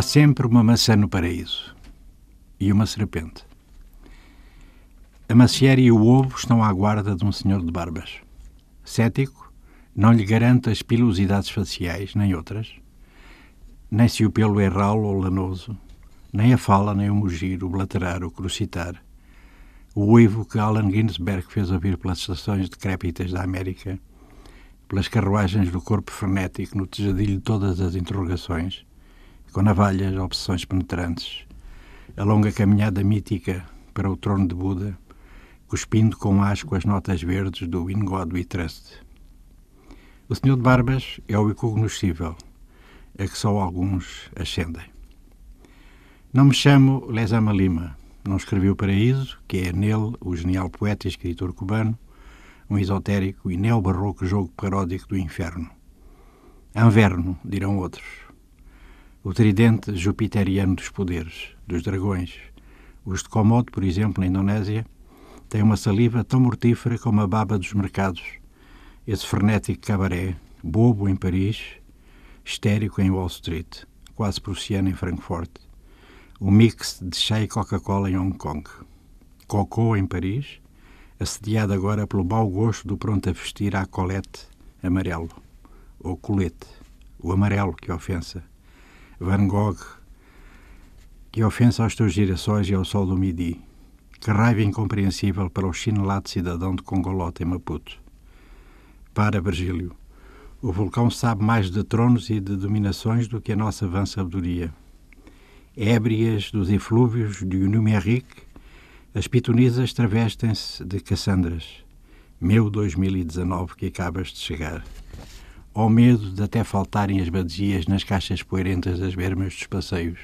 sempre uma maçã no paraíso e uma serpente. A macieira e o ovo estão à guarda de um senhor de barbas. Cético, não lhe garante as pilosidades faciais, nem outras, nem se o pelo é ralo ou lanoso, nem a fala, nem o mugir, o blaterar, o crucitar, o uivo que Allen Ginsberg fez ouvir pelas estações decrépitas da América, pelas carruagens do corpo frenético no tejadilho de todas as interrogações, com navalhas, obsessões penetrantes, a longa caminhada mítica para o trono de Buda, cuspindo com asco as notas verdes do In God We Trust. O senhor de barbas é o incognoscível, a que só alguns ascendem. Não me chamo Lezama Lima, não escrevi O Paraíso, que é nele o genial poeta e escritor cubano, um esotérico e neobarroco jogo paródico do inferno. Anverno, dirão outros. O tridente jupiteriano dos poderes, dos dragões. Os de Komodo, por exemplo, na Indonésia, têm uma saliva tão mortífera como a baba dos mercados. Esse frenético cabaré, bobo em Paris, histérico em Wall Street, quase prussiano em Frankfurt. O mix de chá e Coca-Cola em Hong Kong. Cocô em Paris, assediado agora pelo mau gosto do pronto a vestir à colete amarelo. Ou colete, o amarelo, que ofensa. Van Gogh, que ofensa aos teus girassóis e ao sol do Midi. Que raiva incompreensível para o chinelado cidadão de Congolota em Maputo. Para, Virgílio, o vulcão sabe mais de tronos e de dominações do que a nossa vã sabedoria. Ébrias dos eflúvios de Numérique, as pitonisas travestem-se de Cassandras. Meu 2019 que acabas de chegar. Ao medo de até faltarem as badesias nas caixas poeirentas das bermas dos passeios.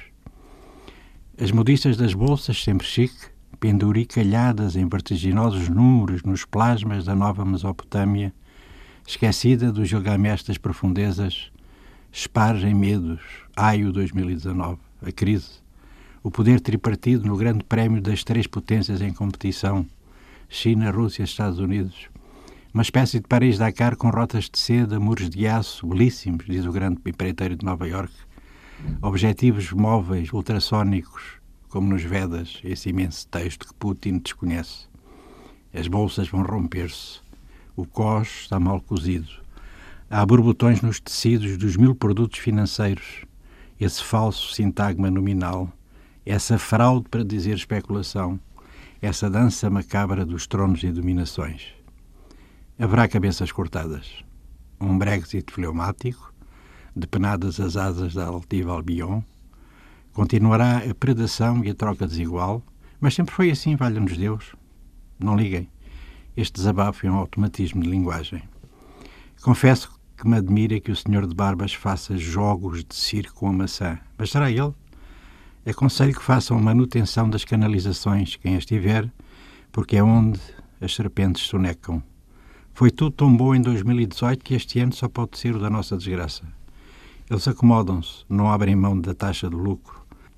As modistas das bolsas, sempre chique, penduricalhadas em vertiginosos números nos plasmas da nova Mesopotâmia, esquecida do Gilgamesh das profundezas, espargem medos. Ai, o 2019, a crise, o poder tripartido no grande prémio das três potências em competição, China, Rússia, Estados Unidos. Uma espécie de Paris-Dakar com rotas de seda, muros de aço, belíssimos, diz o grande empreiteiro de Nova Iorque. Objetivos móveis, ultrassónicos, como nos Vedas, esse imenso texto que Putin desconhece. As bolsas vão romper-se. O cós está mal cozido. Há borbotões nos tecidos dos 1000 produtos financeiros. Esse falso sintagma nominal, essa fraude para dizer especulação, essa dança macabra dos tronos e dominações. Haverá cabeças cortadas, um Brexit fleumático, depenadas as asas da altiva Albion, continuará a predação e a troca desigual, mas sempre foi assim, valha-nos Deus. Não liguem, este desabafo é um automatismo de linguagem. Confesso que me admira que o senhor de barbas faça jogos de circo com a maçã, mas será ele? Aconselho que façam manutenção das canalizações, quem as tiver, porque é onde as serpentes sonecam. Foi tudo tão bom em 2018 que este ano só pode ser o da nossa desgraça. Eles acomodam-se, não abrem mão da taxa de lucro.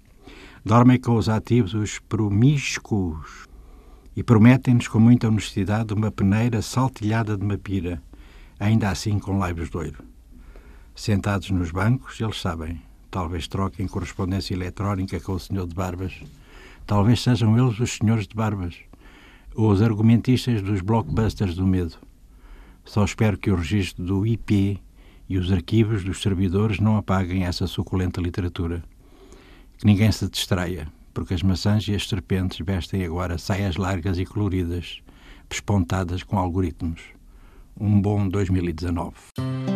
Dormem com os ativos os promíscuos e prometem-nos com muita honestidade uma peneira saltilhada de mapira, ainda assim com labios de ouro. Sentados nos bancos, eles sabem, talvez troquem correspondência eletrónica com o senhor de barbas, talvez sejam eles os senhores de barbas, ou os argumentistas dos blockbusters do medo. Só espero que o registro do IP e os arquivos dos servidores não apaguem essa suculenta literatura. Que ninguém se distraia, porque as maçãs e as serpentes vestem agora saias largas e coloridas, pespontadas com algoritmos. Um bom 2019.